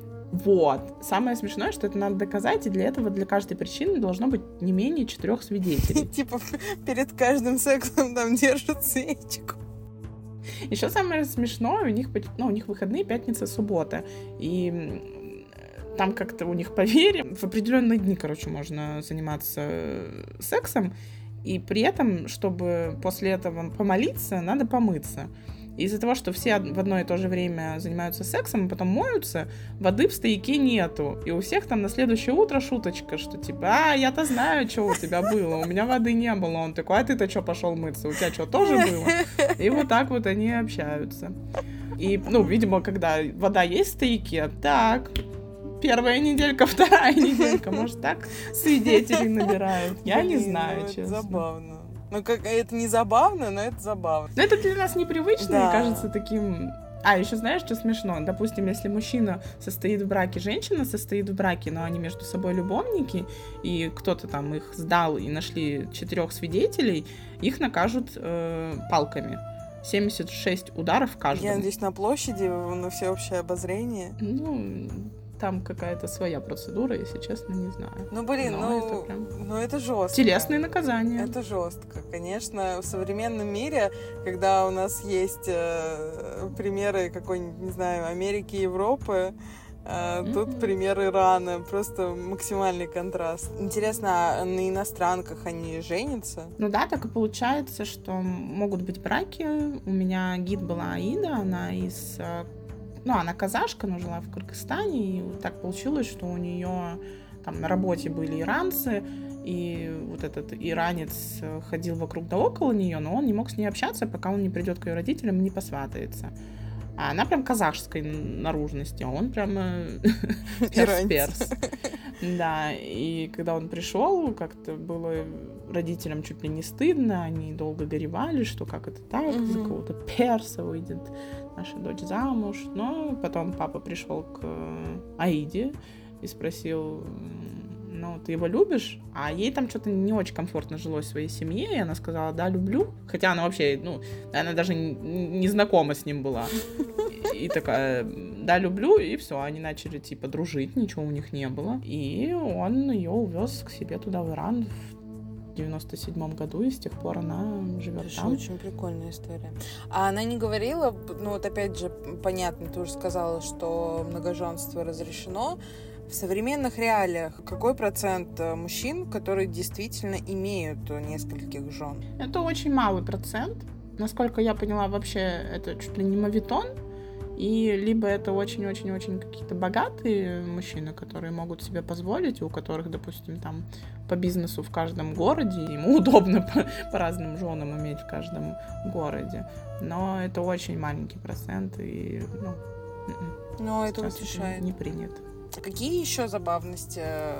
Вот. Самое смешное, что это надо доказать, и для этого для каждой причины должно быть не менее четырех свидетелей. Типа перед каждым сексом там держат свечку. Еще самое смешное, у них, ну, у них выходные пятница, суббота. И м, там как-то у них поверье. В определенные дни, короче, можно заниматься сексом. И при этом, чтобы после этого помолиться, надо помыться. И из-за того, что все в одно и то же время занимаются сексом, а потом моются, воды в стояке нету. И у всех там на следующее утро шуточка, что типа, а, я-то знаю, что у тебя было, у меня воды не было. Он такой, а ты-то что пошел мыться, у тебя что, тоже было? И вот так вот они общаются. И, ну, видимо, когда вода есть в стояке, так, первая неделька, вторая неделька, может, так свидетелей набирают. Я не Блин, знаю, ну, это честно. забавно. Ну, как это не забавно, но это забавно. Но это для нас непривычно Да. и кажется таким... А, еще знаешь, что смешно? Допустим, если мужчина состоит в браке, женщина состоит в браке, но они между собой любовники, и кто-то там их сдал и нашли четырех свидетелей, их накажут э, палками. семьдесят шесть ударов каждому. Я надеюсь, на площади, на всеобщее обозрение. Ну, там какая-то своя процедура, если честно, не знаю. Ну, блин, Но ну, это прям ну это жестко. телесные наказания. Это жестко. Конечно, в современном мире, когда у нас есть э, примеры какой-нибудь, не знаю, Америки, Европы, э, тут Мгм. пример Ирана. Просто максимальный контраст. Интересно, а на иностранках они женятся? Ну да, так и получается, что могут быть браки. У меня гид была Аида, она из... э, Ну, она казашка, но жила в Кыргызстане, и вот так получилось, что у нее там на работе были иранцы, и вот этот иранец э, ходил вокруг да около нее, но он не мог с ней общаться, пока он не придет к ее родителям и не посватается. А она прям казахской наружности, а он прям э, перс-перс. Да, и когда он пришел, как-то было родителям чуть ли не стыдно, они долго горевали, что как это так, за Мгм. кого-то перса выйдет наша дочь замуж. Но потом папа пришел к Аиде и спросил, м, ну, ты его любишь? А ей там что-то не очень комфортно жилось в своей семье, и она сказала, да, люблю. Хотя она вообще, ну, она даже не знакома с ним была. И такая, да, люблю, и все, они начали, типа, дружить, ничего у них не было. И он ее увез к себе туда, в Иран, в девяносто седьмом году, и с тех пор она живет Это там. очень прикольная история. А она не говорила, ну вот опять же, понятно, ты уже сказала, что многоженство разрешено. В современных реалиях какой процент мужчин, которые действительно имеют нескольких жен? Это очень малый процент. Насколько я поняла, вообще это чуть ли не моветон. И либо это очень-очень-очень какие-то богатые мужчины, которые могут себе позволить, у которых, допустим, там по бизнесу в каждом городе, ему удобно по, по разным женам иметь в каждом городе. Но это очень маленький процент, и ну, Но это сейчас утешает. Это не принято. Какие еще забавности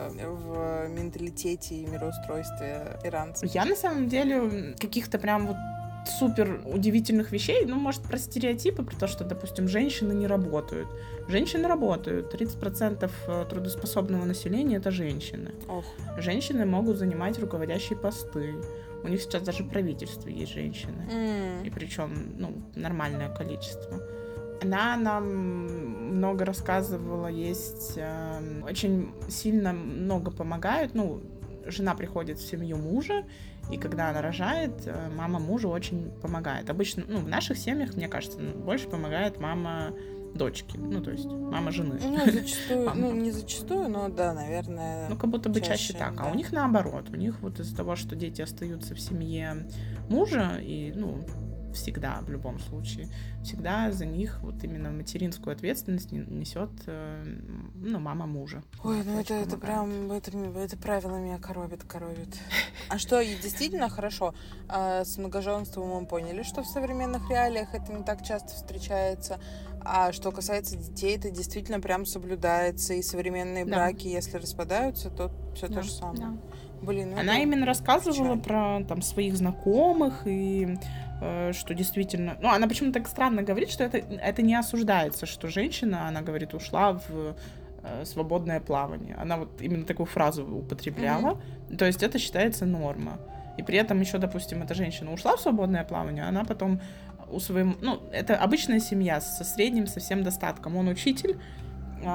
в менталитете и мироустройстве иранцев? Я на самом деле каких-то прям вот супер удивительных вещей, ну, может, про стереотипы, про то, что, допустим, женщины не работают. Женщины работают. тридцать процентов трудоспособного населения — это женщины. Ох. Женщины могут занимать руководящие посты. У них сейчас даже в правительстве есть женщины. Mm. И причем, ну, нормальное количество. Она нам много рассказывала, есть э, очень сильно много помогают. Ну, жена приходит в семью мужа, и когда она рожает, мама мужу очень помогает. Обычно, ну, в наших семьях, мне кажется, больше помогает мама дочки, ну, то есть мама жены. Ну, зачастую, Мама. ну, не зачастую, но да, наверное. Ну, как будто бы чаще, чаще, так. да. А у них наоборот. У них вот из-за того, что дети остаются в семье мужа, и, ну, всегда, в любом случае, всегда за них вот именно материнскую ответственность несет, ну, мама мужа. Ой, ну это, Очень это помогает. прям, это, это правило меня коробит, коробит. А что, и действительно хорошо, а с многоженством мы поняли, что в современных реалиях это не так часто встречается, а что касается детей, это действительно прям соблюдается, и современные Да. браки, если распадаются, то все Да, то же самое. да. Блин, ну Она это именно рассказывала печально. про там своих знакомых, и э, что действительно... Ну, она почему-то так странно говорит, что это, это не осуждается, что женщина, она говорит, ушла в э, свободное плавание. Она вот именно такую фразу употребляла. Mm-hmm. То есть это считается норма. И при этом еще, допустим, эта женщина ушла в свободное плавание, она потом у своего... Ну, это обычная семья со средним совсем достатком. Он учитель, э,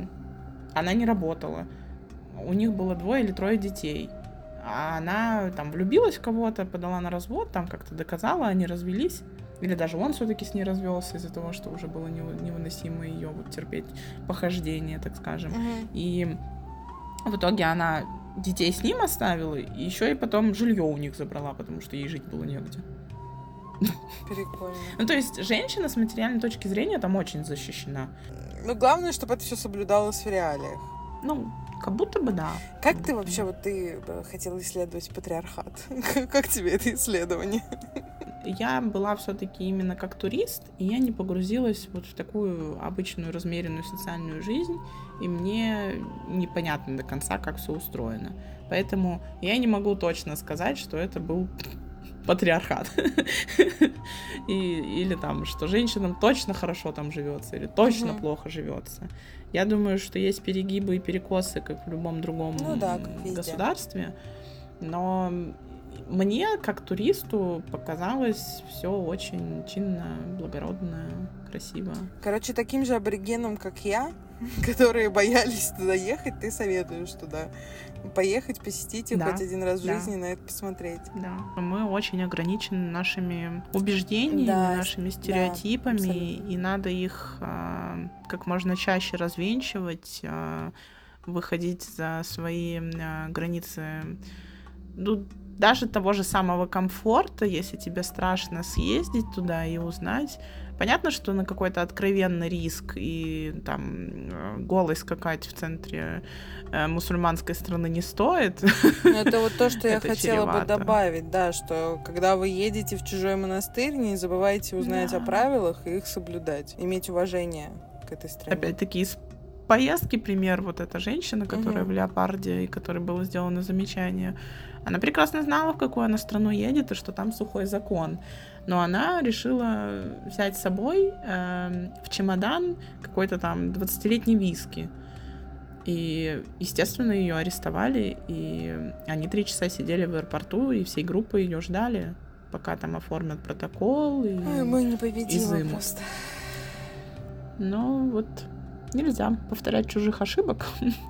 она не работала. У них было двое или трое детей. А она там влюбилась в кого-то, подала на развод, там как-то доказала, они развелись. Или даже он все-таки с ней развелся из-за того, что уже было невыносимо ее вот терпеть похождение, так скажем. Мгм. И в итоге она детей с ним оставила, и еще и потом жилье у них забрала, потому что ей жить было негде. Прикольно. Ну, то есть женщина с материальной точки зрения там очень защищена. Ну, главное, чтобы это все соблюдалось в реалиях. Ну, как будто бы да. Как ты вообще, вот ты э, хотела исследовать патриархат? Как тебе это исследование? Я была все-таки именно как турист, и я не погрузилась вот в такую обычную размеренную социальную жизнь, и мне непонятно до конца, как все устроено. Поэтому я не могу точно сказать, что это был патриархат. И, или там, что женщинам точно хорошо там живется, или точно Мгм. плохо живется. Я думаю, что есть перегибы и перекосы, как в любом другом Ну да, как везде. государстве. Но мне, как туристу, показалось все очень чинно, благородно, красиво. Короче, таким же аборигенам, как я, которые боялись туда ехать, ты советуешь туда поехать, посетить их Да, хоть один раз в да. жизни, на это посмотреть. Да. Мы очень ограничены нашими убеждениями, Да, нашими да, стереотипами, абсолютно. и надо их а, как можно чаще развенчивать, а, выходить за свои а, границы. Ну, даже того же самого комфорта, если тебе страшно съездить туда и узнать. Понятно, что на какой-то откровенный риск и там э, голой скакать в центре э, мусульманской страны не стоит. Ну, это вот то, что я Это хотела бы чревато. добавить, да, что когда вы едете в чужой монастырь, не забывайте узнать Да. о правилах и их соблюдать, иметь уважение к этой стране. Опять-таки из поездки пример, вот эта женщина, которая Мгм. в леопарде, и которой было сделано замечание, она прекрасно знала, в какую она страну едет, и что там сухой закон. Но она решила взять с собой э, в чемодан какой-то там двадцатилетний виски. И, естественно, ее арестовали, и они три часа сидели в аэропорту, и всей группой ее ждали, пока там оформят протокол. И Ой, мы непобедимы изымут. просто. Но вот нельзя повторять чужих ошибок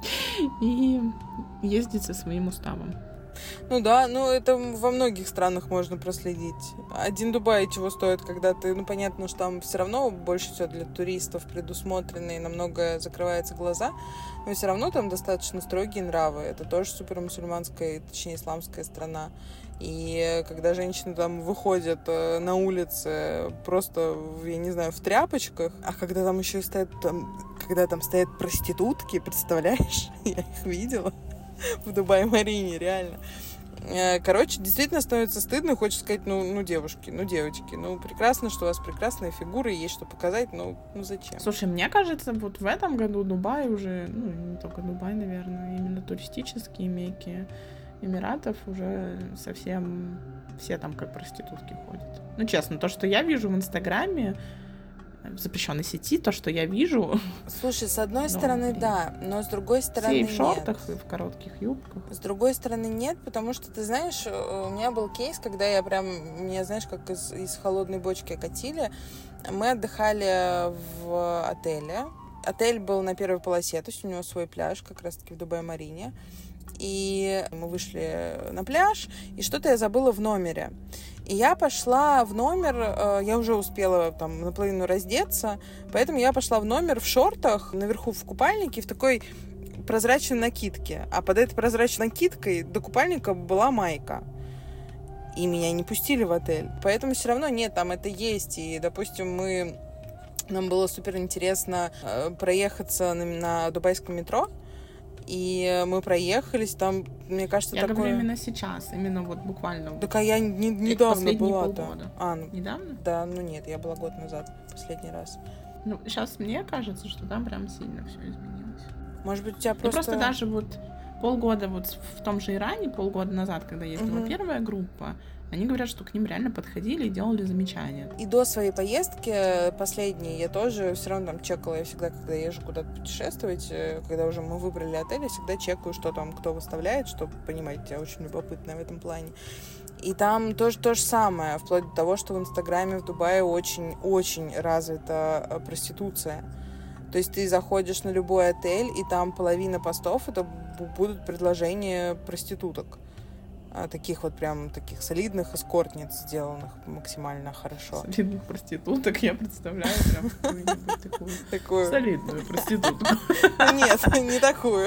и ездить со своим уставом. Ну да, ну это во многих странах можно проследить. Один Дубай чего стоит, когда ты, ну понятно, что там все равно больше всего для туристов предусмотрено и на многое закрываются глаза, но все равно там достаточно строгие нравы. Это тоже супермусульманская, точнее исламская страна. И когда женщины там выходят на улице просто, я не знаю, в тряпочках, а когда там еще и стоят, там, когда там стоят проститутки, представляешь? Я их видела в Дубай-Марине, реально. Короче, действительно становится стыдно, хочется сказать, ну, ну, девушки, ну, девочки, ну, прекрасно, что у вас прекрасные фигуры, есть что показать, но ну, зачем? Слушай, мне кажется, вот в этом году Дубай уже, ну, не только Дубай, наверное, именно туристические мекки Эмиратов уже совсем все там как проститутки ходят. Ну, честно, то, что я вижу в Инстаграме, в запрещенной сети, то, что я вижу... Слушай, с одной но, стороны, блин, да, но с другой стороны, все и в шортах, нет. и в коротких юбках. С другой стороны, нет, потому что, ты знаешь, у меня был кейс, когда я прям, меня, знаешь, как из, из холодной бочки окатили. Мы отдыхали в отеле. Отель был на первой полосе, то есть у него свой пляж, как раз-таки в Дубай-Марине. И мы вышли на пляж, и что-то я забыла в номере. И я пошла в номер, я уже успела там наполовину раздеться, поэтому я пошла в номер в шортах, наверху в купальнике, в такой прозрачной накидке. А под этой прозрачной накидкой до купальника была майка. И меня не пустили в отель. Поэтому все равно нет, там это есть. И, допустим, мы... Нам было супер интересно проехаться на, на дубайском метро. И мы проехались, там, мне кажется, я такое... говорю именно сейчас, именно вот буквально. Так, а я не, недавно была-то. Полгода. А, ну, недавно? Да, ну нет, я была год назад, последний раз. Ну, сейчас мне кажется, что там прям сильно все изменилось. Может быть, у тебя Ну, просто... просто даже вот полгода вот в том же Иране, полгода назад, когда ездила Мгм. первая группа, они говорят, что к ним реально подходили и делали замечания. И до своей поездки, последней, я тоже все равно там чекала. Я всегда, когда езжу куда-то путешествовать, когда уже мы выбрали отель, я всегда чекаю, что там кто выставляет, чтобы понимать, я очень любопытная в этом плане. И там тоже то же самое, вплоть до того, что в Инстаграме в Дубае очень-очень развита проституция. То есть ты заходишь на любой отель, и там половина постов это будут предложения проституток. Таких вот прям таких солидных эскортниц, сделанных максимально хорошо. Солидных проституток, я представляю прям какую-нибудь такую, такую солидную проститутку. Нет, не такую.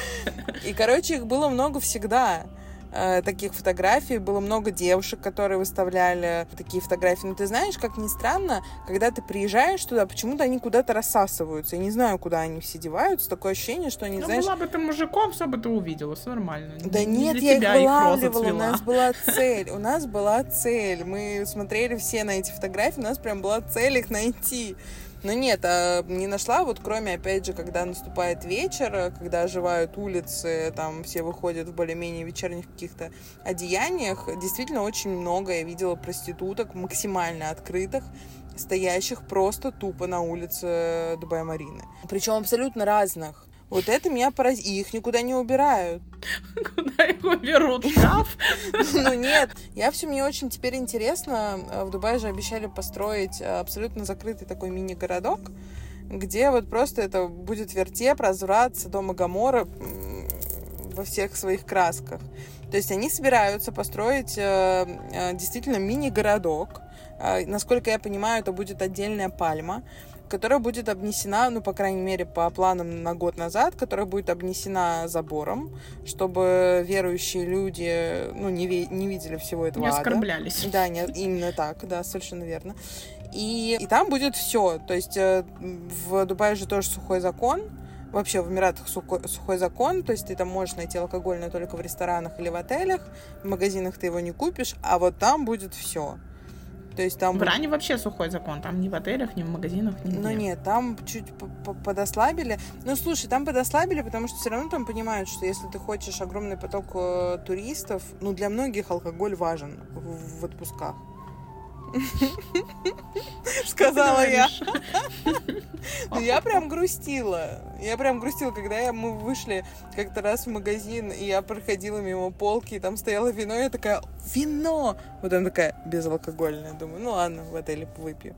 И, короче, их было много всегда. Таких фотографий, было много девушек, которые выставляли такие фотографии. Но ты знаешь, как ни странно, когда ты приезжаешь туда, почему-то они куда-то рассасываются. Я не знаю, куда они все деваются. Такое ощущение, что они, ну, знаешь... была бы ты мужиком, все бы ты увидела, все нормально. Да не нет, для я тебя их их роза вылавливала, у цвела. нас была цель. У нас была цель. Мы смотрели все на эти фотографии, у нас прям была цель их найти. Но нет, а не нашла, вот кроме, опять же, когда наступает вечер, когда оживают улицы, там все выходят в более-менее вечерних каких-то одеяниях, действительно очень много я видела проституток максимально открытых, стоящих просто тупо на улице Дубай-Марины. Причем абсолютно разных. Вот это меня поразило. И их никуда не убирают. Куда их уберут? В шкаф? Ну нет, я все, мне очень теперь интересно. В Дубае же обещали построить абсолютно закрытый такой мини-городок, где вот просто это будет вертеп, разврат, Содом и Гоморра во всех своих красках. То есть они собираются построить действительно мини-городок. Насколько я понимаю, это будет отдельная пальма, которая будет обнесена, ну, по крайней мере, по планам на год назад, которая будет обнесена забором, чтобы верующие люди, ну, не, ви- не видели всего этого Не ада. оскорблялись. Да, не, именно так, да, совершенно верно. И, и там будет все. То есть э, в Дубае же тоже сухой закон. Вообще в Эмиратах сухой, сухой закон, то есть ты там можешь найти алкоголь, но только в ресторанах или в отелях, в магазинах ты его не купишь, а вот там будет все. То есть там... В Иране вообще сухой закон, там ни в отелях, ни в магазинах, нигде. Ну нет, там чуть подослабили. Ну слушай, там подослабили, потому что все равно там понимают, что если ты хочешь огромный поток э, туристов, ну для многих алкоголь важен в, в отпусках. Сказала я. Ну, я прям грустила. Я прям грустила, когда я, мы вышли как-то раз в магазин, и я проходила мимо полки, и там стояло вино, и я такая, вино! Вот она такая, безалкогольная. Думаю, ну ладно, в отеле выпью.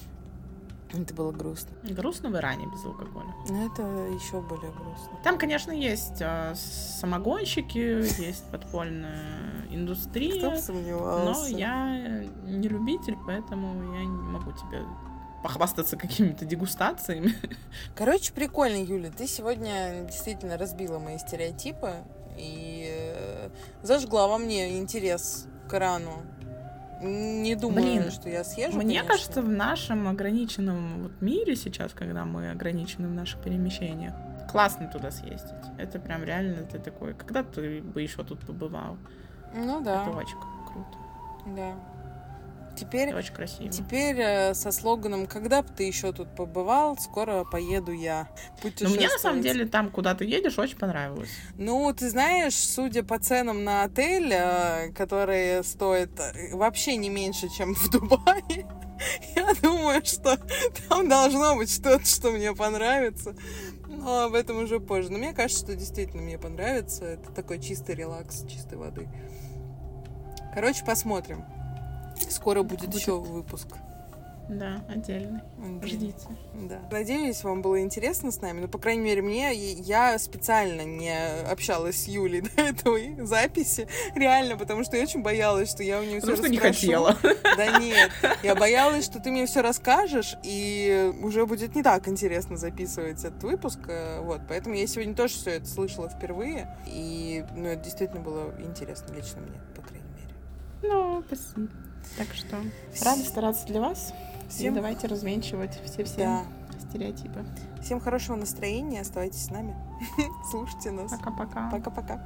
Это было грустно. Грустно в Иране без алкоголя. Но это еще более грустно. Там, конечно, есть э, самогонщики, есть подпольная индустрия. Кто бы сомневался. Но я не любитель, поэтому я не могу тебе похвастаться какими-то дегустациями. Короче, прикольно, Юля. Ты сегодня действительно разбила мои стереотипы и э, зажгла во мне интерес к Ирану. Не думаю, Блин, что я съезжу, мне конечно. кажется, в нашем ограниченном вот мире сейчас, когда мы ограничены в наших перемещениях, классно туда съездить. Это прям реально ты такой, когда ты бы еще тут побывал? Ну да. Это очень круто. Да. Теперь, Это очень красиво. теперь э, со слоганом «Когда бы ты еще тут побывал, скоро поеду я». Но мне на самом деле там, куда ты едешь, очень понравилось. Ну, ты знаешь, судя по ценам на отель, э, которые стоят вообще не меньше, чем в Дубае, я думаю, что там должно быть что-то, что мне понравится. Но об этом уже позже. Но мне кажется, что действительно мне понравится. Это такой чистый релакс, чистой воды. Короче, посмотрим. Скоро будет, будет еще выпуск. Да, отдельный. Да. Ждите. Да. Надеюсь, вам было интересно с нами. Ну, по крайней мере, мне, я специально не общалась с Юлей до этой записи. Реально, потому что я очень боялась, что я у нее все расспрошу. Потому что не хотела. Да нет. Я боялась, что ты мне все расскажешь, и уже будет не так интересно записывать этот выпуск. Вот. Поэтому я сегодня тоже все это слышала впервые. И ну, это действительно было интересно лично мне, по крайней мере. Ну, спасибо. Так что рада стараться для вас. Всем... И давайте развенчивать все-все да. стереотипы. Всем хорошего настроения. Оставайтесь с нами. Слушайте нас. Пока-пока. Пока-пока.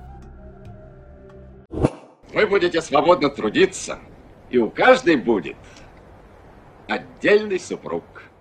Вы будете свободно трудиться, и у каждой будет отдельный супруг.